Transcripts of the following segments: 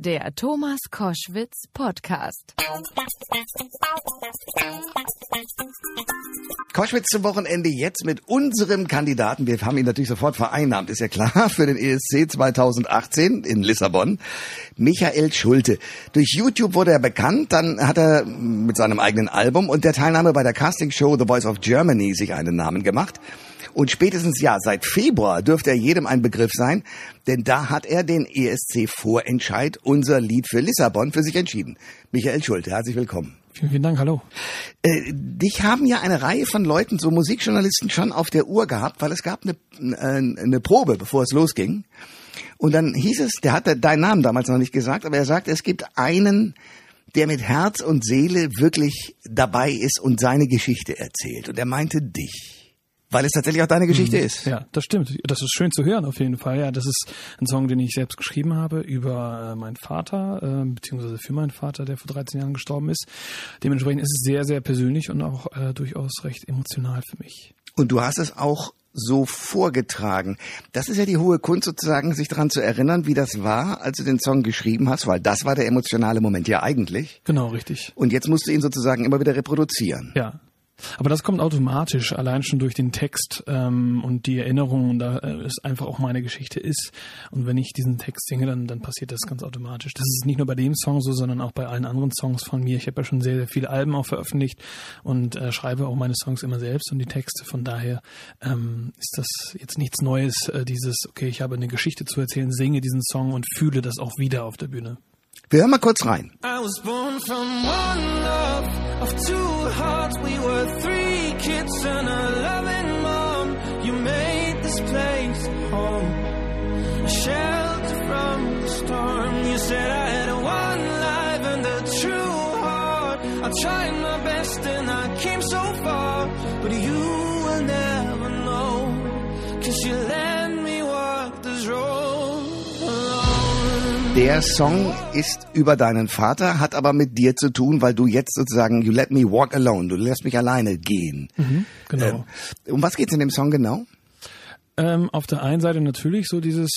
Der Thomas Koschwitz Podcast. Koschwitz zum Wochenende jetzt mit unserem Kandidaten. Wir haben ihn natürlich sofort vereinnahmt, ist ja klar, für den ESC 2018 in Lissabon. Michael Schulte. Durch YouTube wurde er bekannt, dann hat er mit seinem eigenen Album und der Teilnahme bei der Castingshow The Voice of Germany sich einen Namen gemacht. Und spätestens seit Februar dürfte er jedem ein Begriff sein, denn da hat er den ESC-Vorentscheid, unser Lied für Lissabon, für sich entschieden. Michael Schulte, herzlich willkommen. Vielen, vielen Dank, hallo. Dich haben ja eine Reihe von Leuten, so Musikjournalisten, schon auf der Uhr gehabt, weil es gab eine Probe, bevor es losging. Und dann hieß es, der hatte deinen Namen damals noch nicht gesagt, aber er sagte, es gibt einen, der mit Herz und Seele wirklich dabei ist und seine Geschichte erzählt. Und er meinte dich. Weil es tatsächlich auch deine Geschichte ist. Ja, das stimmt. Das ist schön zu hören auf jeden Fall. Ja, das ist ein Song, den ich selbst geschrieben habe über meinen Vater, beziehungsweise für meinen Vater, der vor 13 Jahren gestorben ist. Dementsprechend ist es sehr, sehr persönlich und auch durchaus recht emotional für mich. Und du hast es auch so vorgetragen. Das ist ja die hohe Kunst sozusagen, sich daran zu erinnern, wie das war, als du den Song geschrieben hast, weil das war der emotionale Moment ja eigentlich. Genau, richtig. Und jetzt musst du ihn sozusagen immer wieder reproduzieren. Ja. Aber das kommt automatisch, allein schon durch den Text und die Erinnerung, da es einfach auch meine Geschichte ist. Und wenn ich diesen Text singe, dann passiert das ganz automatisch. Das ist nicht nur bei dem Song so, sondern auch bei allen anderen Songs von mir. Ich habe ja schon sehr, sehr viele Alben auch veröffentlicht und schreibe auch meine Songs immer selbst und die Texte. Von daher ist das jetzt nichts Neues, okay, ich habe eine Geschichte zu erzählen, singe diesen Song und fühle das auch wieder auf der Bühne. Wir hören mal kurz rein. I was born from one love of two hearts. We were three kids and a loving mom. You made this place home, a shelter from the storm. You said I had one life and a true heart. I tried my best and I came so far, but you will never know, 'cause you let me walk this road alone. Der Song ist über deinen Vater, hat aber mit dir zu tun, weil du jetzt sozusagen, you let me walk alone, du lässt mich alleine gehen. Genau. Um was geht's in dem Song genau? Auf der einen Seite natürlich so dieses,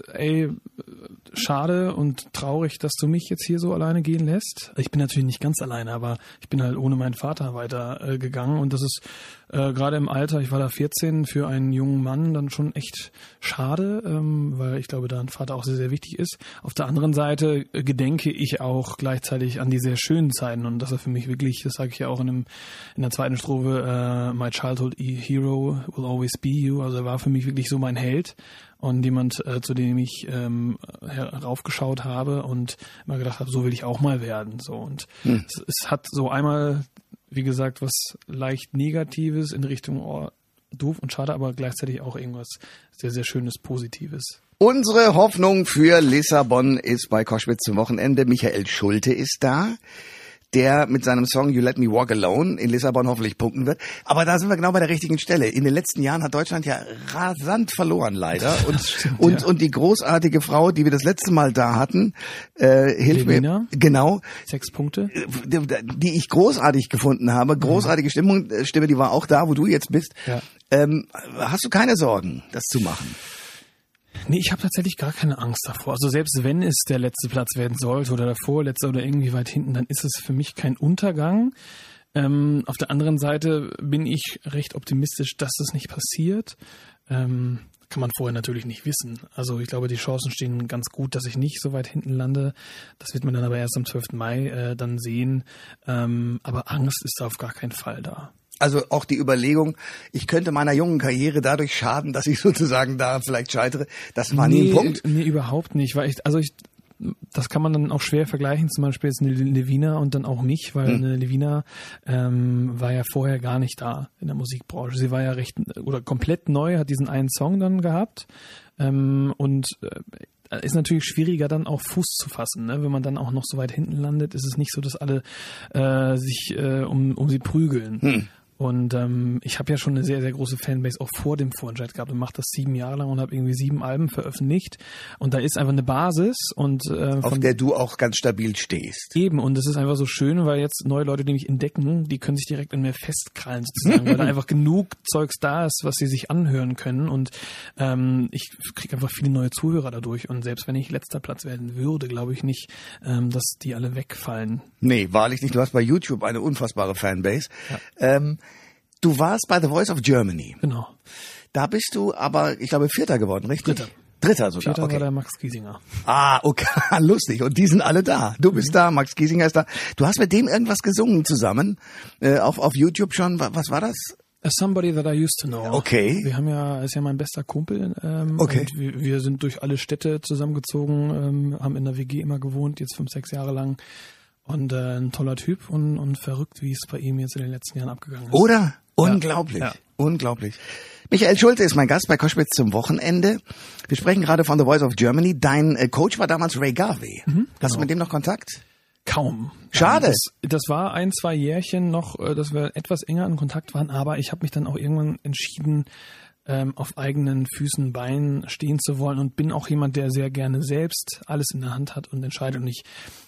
schade und traurig, dass du mich jetzt hier so alleine gehen lässt. Ich bin natürlich nicht ganz alleine, aber ich bin halt ohne meinen Vater weitergegangen und das ist gerade im Alter, ich war da 14, für einen jungen Mann dann schon echt schade, weil ich glaube, da ein Vater auch sehr, sehr wichtig ist. Auf der anderen Seite gedenke ich auch gleichzeitig an die sehr schönen Zeiten und das war für mich wirklich, das sage ich ja auch in der zweiten Strophe, my childhood hero will always be you, also er war für mich wirklich so mein Held. Und jemand, zu dem ich heraufgeschaut habe und immer gedacht habe, so will ich auch mal werden. So. Und es hat so einmal, wie gesagt, was leicht Negatives in Richtung doof und schade, aber gleichzeitig auch irgendwas sehr, sehr Schönes, Positives. Unsere Hoffnung für Lissabon ist bei Koschwitz zum Wochenende. Michael Schulte ist da, der mit seinem Song You Let Me Walk Alone in Lissabon hoffentlich punkten wird. Aber da sind wir genau bei der richtigen Stelle. In den letzten Jahren hat Deutschland ja rasant verloren, leider. Und die großartige Frau, die wir das letzte Mal da hatten, hilft Levina, mir. Genau. 6 Punkte. Die ich großartig gefunden habe. Großartige Stimme, die war auch da, wo du jetzt bist. Ja. Hast du keine Sorgen, das zu machen? Nee, ich habe tatsächlich gar keine Angst davor. Also selbst wenn es der letzte Platz werden sollte oder der vorletzte oder irgendwie weit hinten, dann ist es für mich kein Untergang. Auf der anderen Seite bin ich recht optimistisch, dass das nicht passiert. Kann man vorher natürlich nicht wissen. Also ich glaube, die Chancen stehen ganz gut, dass ich nicht so weit hinten lande. Das wird man dann aber erst am 12. Mai dann sehen. Aber Angst ist da auf gar keinen Fall da. Also auch die Überlegung, ich könnte meiner jungen Karriere dadurch schaden, dass ich sozusagen da vielleicht scheitere, das war nie ein Punkt? Nee, überhaupt nicht, weil das kann man dann auch schwer vergleichen, zum Beispiel jetzt eine Levina und dann auch mich, weil eine Levina war ja vorher gar nicht da in der Musikbranche. Sie war ja komplett neu, hat diesen einen Song dann gehabt und ist natürlich schwieriger dann auch Fuß zu fassen, ne? Wenn man dann auch noch so weit hinten landet, ist es nicht so, dass alle sich um sie prügeln. Und ich habe ja schon eine sehr, sehr große Fanbase auch vor dem Vorentscheid gehabt und mache das 7 Jahre lang und habe irgendwie 7 Alben veröffentlicht. Und da ist einfach eine Basis und auf der du auch ganz stabil stehst. Eben, und das ist einfach so schön, weil jetzt neue Leute, die mich entdecken, die können sich direkt an mir festkrallen sozusagen, weil da einfach genug Zeugs da ist, was sie sich anhören können. Und ich kriege einfach viele neue Zuhörer dadurch. Und selbst wenn ich letzter Platz werden würde, glaube ich nicht, dass die alle wegfallen. Nee, wahrlich nicht. Du hast bei YouTube eine unfassbare Fanbase. Ja. Du warst bei The Voice of Germany. Genau. Da bist du aber, ich glaube, 4. geworden, richtig? Dritter sogar. 4. Okay. war der Max Giesinger. Ah, okay, lustig. Und die sind alle da. Du bist da, Max Giesinger ist da. Du hast mit dem irgendwas gesungen zusammen, auf YouTube schon. Was war das? Somebody That I Used to Know. Okay. Wir haben ja, ist ja mein bester Kumpel. Okay. Und wir sind durch alle Städte zusammengezogen, haben in der WG immer gewohnt, jetzt 5, 6 Jahre lang. Und ein toller Typ und verrückt, wie es bei ihm jetzt in den letzten Jahren abgegangen ist. Oder? Unglaublich. Ja. Unglaublich. Michael Schulte ist mein Gast bei Koschwitz zum Wochenende. Wir sprechen gerade von The Voice of Germany. Dein Coach war damals Ray Garvey. Hast du mit dem noch Kontakt? Kaum. Schade. Das war 1, 2 Jährchen noch, dass wir etwas enger in Kontakt waren, aber ich habe mich dann auch irgendwann entschieden, auf eigenen Füßen, Beinen stehen zu wollen und bin auch jemand, der sehr gerne selbst alles in der Hand hat und entscheidet und ich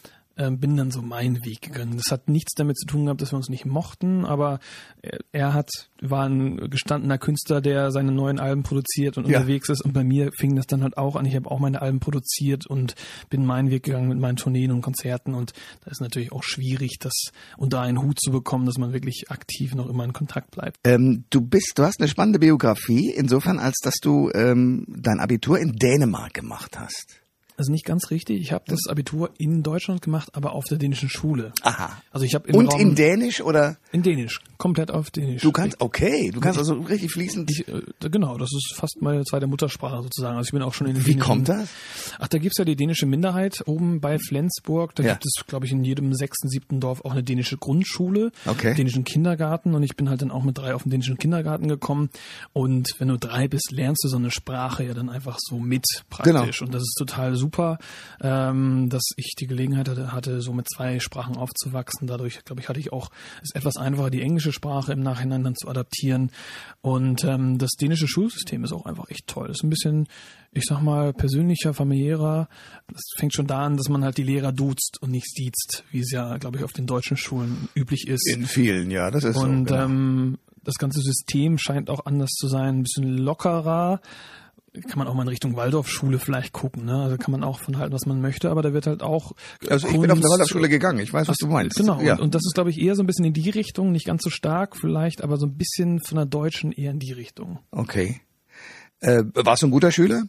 bin dann so meinen Weg gegangen. Das hat nichts damit zu tun gehabt, dass wir uns nicht mochten, aber er war ein gestandener Künstler, der seine neuen Alben produziert und unterwegs ist und bei mir fing das dann halt auch an. Ich habe auch meine Alben produziert und bin meinen Weg gegangen mit meinen Tourneen und Konzerten und da ist natürlich auch schwierig, das unter einen Hut zu bekommen, dass man wirklich aktiv noch immer in Kontakt bleibt. Du hast eine spannende Biografie, insofern, als dass du dein Abitur in Dänemark gemacht hast. Also nicht ganz richtig. Ich habe das Abitur in Deutschland gemacht, aber auf der dänischen Schule. Aha. Also ich habe und in Dänisch oder? In Dänisch, komplett auf Dänisch. Du kannst also richtig fließend. Genau, das ist fast meine zweite Muttersprache sozusagen. Also ich bin auch schon in den Wie kommt das? Ach, da gibt's ja die dänische Minderheit oben bei Flensburg. Da gibt es, glaube ich, in jedem 6., 7. Dorf auch eine dänische Grundschule, dänischen Kindergarten. Und ich bin halt dann auch mit 3 auf den dänischen Kindergarten gekommen. Und wenn du 3 bist, lernst du so eine Sprache ja dann einfach so mit praktisch. Genau. Und das ist total super, dass ich die Gelegenheit hatte, so mit 2 Sprachen aufzuwachsen. Dadurch, glaube ich, hatte ich auch es etwas einfacher, die englische Sprache im Nachhinein dann zu adaptieren. Und das dänische Schulsystem ist auch einfach echt toll. Das ist ein bisschen, ich sag mal, persönlicher, familiärer. Das fängt schon da an, dass man halt die Lehrer duzt und nicht siezt, wie es ja, glaube ich, auf den deutschen Schulen üblich ist. In vielen, ja, das ist und, so. Genau. Das ganze System scheint auch anders zu sein, ein bisschen lockerer. Kann man auch mal in Richtung Waldorfschule vielleicht gucken, ne? Also kann man auch von halten, was man möchte, aber da wird halt auch Also ich bin auf eine Waldorfschule gegangen, ich weiß, was du meinst. Genau, ja. Und das ist, glaube ich, eher so ein bisschen in die Richtung, nicht ganz so stark vielleicht, aber so ein bisschen von der Deutschen eher in die Richtung. Okay. Warst du ein guter Schüler?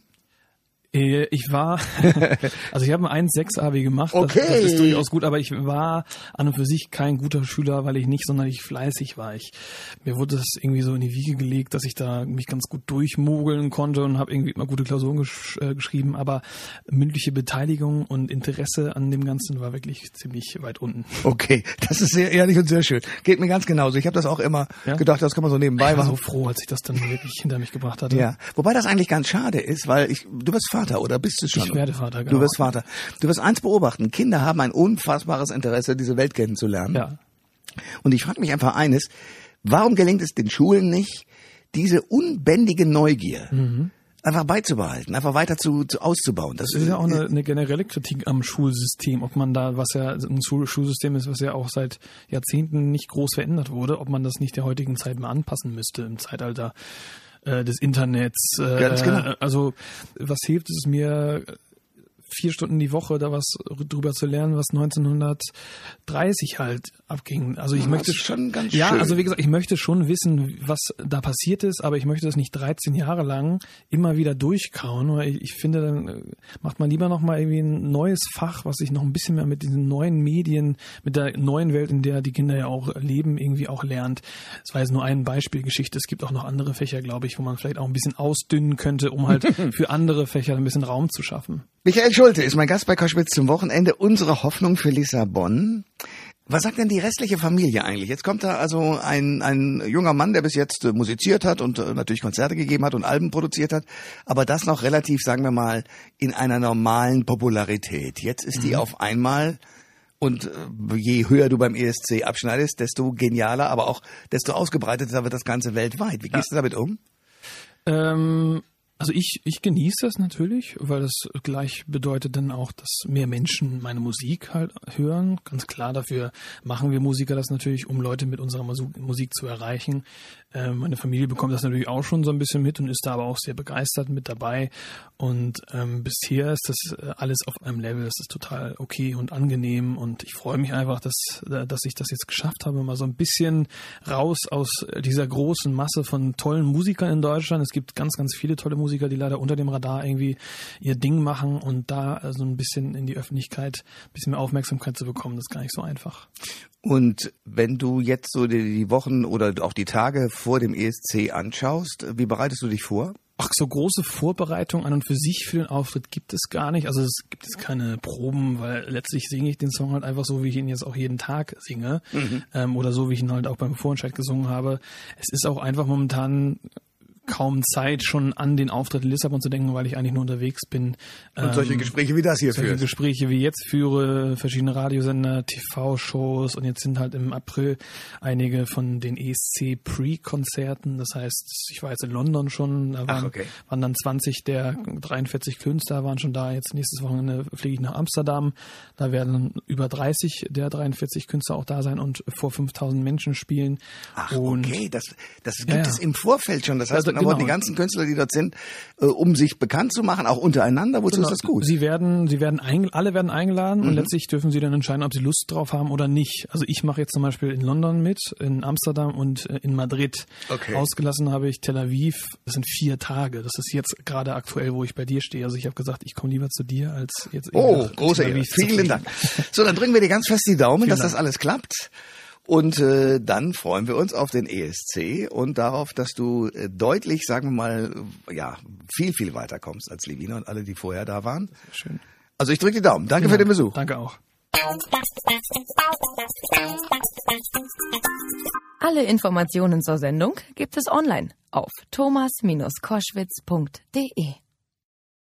Ich war, also ich habe ein 1,6 gemacht, okay. Das ist durchaus gut, aber ich war an und für sich kein guter Schüler, weil ich nicht sonderlich fleißig war. Mir wurde das irgendwie so in die Wiege gelegt, dass ich da mich ganz gut durchmogeln konnte und habe irgendwie immer gute Klausuren geschrieben, aber mündliche Beteiligung und Interesse an dem Ganzen war wirklich ziemlich weit unten. Okay, das ist sehr ehrlich und sehr schön. Geht mir ganz genauso. Ich habe das auch immer gedacht, das kann man so nebenbei machen. Ich war so froh, als ich das dann wirklich hinter mich gebracht hatte. Ja, wobei das eigentlich ganz schade ist, weil du bist Vater, oder bist du schon? Ich werde Vater, genau. Du wirst Vater. Du wirst eins beobachten. Kinder haben ein unfassbares Interesse, diese Welt kennenzulernen. Ja. Und ich frage mich einfach eines, warum gelingt es den Schulen nicht, diese unbändige Neugier einfach beizubehalten, einfach weiter auszubauen? Das ist ja auch eine generelle Kritik am Schulsystem, ob man da, was ja ein Schulsystem ist, was ja auch seit Jahrzehnten nicht groß verändert wurde, ob man das nicht der heutigen Zeit mal anpassen müsste im Zeitalter des Internets. Ganz genau. Also was hilft es mir, 4 Stunden die Woche da was drüber zu lernen, was 1930 halt abging. Also ich möchte schon ganz ja, schön. Also wie gesagt, ich möchte schon wissen, was da passiert ist, aber ich möchte das nicht 13 Jahre lang immer wieder durchkauen. Weil ich finde, dann macht man lieber noch mal irgendwie ein neues Fach, was sich noch ein bisschen mehr mit diesen neuen Medien, mit der neuen Welt, in der die Kinder ja auch leben, irgendwie auch lernt. Das war jetzt nur ein Beispielgeschichte. Es gibt auch noch andere Fächer, glaube ich, wo man vielleicht auch ein bisschen ausdünnen könnte, um halt für andere Fächer ein bisschen Raum zu schaffen. Michael Schulte ist mein Gast bei Koschwitz zum Wochenende. Unsere Hoffnung für Lissabon. Was sagt denn die restliche Familie eigentlich? Jetzt kommt da also ein junger Mann, der bis jetzt musiziert hat und natürlich Konzerte gegeben hat und Alben produziert hat, aber das noch relativ, sagen wir mal, in einer normalen Popularität. Jetzt ist die auf einmal Und je höher du beim ESC abschneidest, desto genialer, aber auch desto ausgebreiteter wird das Ganze weltweit. Wie gehst du damit um? Also ich genieße das natürlich, weil das gleich bedeutet dann auch, dass mehr Menschen meine Musik halt hören. Ganz klar, dafür machen wir Musiker das natürlich, um Leute mit unserer Musik zu erreichen. Meine Familie bekommt das natürlich auch schon so ein bisschen mit und ist da aber auch sehr begeistert mit dabei. Und bisher ist das alles auf einem Level, das ist total okay und angenehm. Und ich freue mich einfach, dass ich das jetzt geschafft habe, mal so ein bisschen raus aus dieser großen Masse von tollen Musikern in Deutschland. Es gibt ganz, ganz viele tolle Musiker, die leider unter dem Radar irgendwie ihr Ding machen, und da so ein bisschen in die Öffentlichkeit, ein bisschen mehr Aufmerksamkeit zu bekommen, das ist gar nicht so einfach. Und wenn du jetzt so die Wochen oder auch die Tage vor dem ESC anschaust, wie bereitest du dich vor? Ach, so große Vorbereitung an und für sich für den Auftritt gibt es gar nicht. Also es gibt jetzt keine Proben, weil letztlich singe ich den Song halt einfach so, wie ich ihn jetzt auch jeden Tag singe. Oder so, wie ich ihn halt auch beim Vorentscheid gesungen habe. Es ist auch einfach momentan kaum Zeit, schon an den Auftritt in Lissabon zu denken, weil ich eigentlich nur unterwegs bin. Und solche Gespräche wie das hier führst. Solche Gespräche wie jetzt führe, verschiedene Radiosender, TV-Shows, und jetzt sind halt im April einige von den ESC-Pre-Konzerten. Das heißt, ich war jetzt in London schon, da waren dann 20 der 43 Künstler waren schon da. Jetzt nächstes Wochenende fliege ich nach Amsterdam. Da werden über 30 der 43 Künstler auch da sein und vor 5000 Menschen spielen. Ach, und okay, das gibt es im Vorfeld schon. Das heißt, aber die ganzen Künstler, die dort sind, um sich bekannt zu machen, auch untereinander, wozu ist das gut? Alle werden eingeladen und letztlich dürfen sie dann entscheiden, ob sie Lust drauf haben oder nicht. Also ich mache jetzt zum Beispiel in London mit, in Amsterdam und in Madrid. Okay. Ausgelassen habe ich Tel Aviv. Das sind 4 Tage. Das ist jetzt gerade aktuell, wo ich bei dir stehe. Also ich habe gesagt, ich komme lieber zu dir, als jetzt große Ehre. Vielen Dank. So, dann drücken wir dir ganz fest die Daumen, dass das alles klappt. Und dann freuen wir uns auf den ESC und darauf, dass du deutlich, sagen wir mal, viel, viel weiter kommst als Levina und alle, die vorher da waren. Schön. Also ich drücke die Daumen. Danke für den Besuch. Danke auch. Alle Informationen zur Sendung gibt es online auf thomas-koschwitz.de.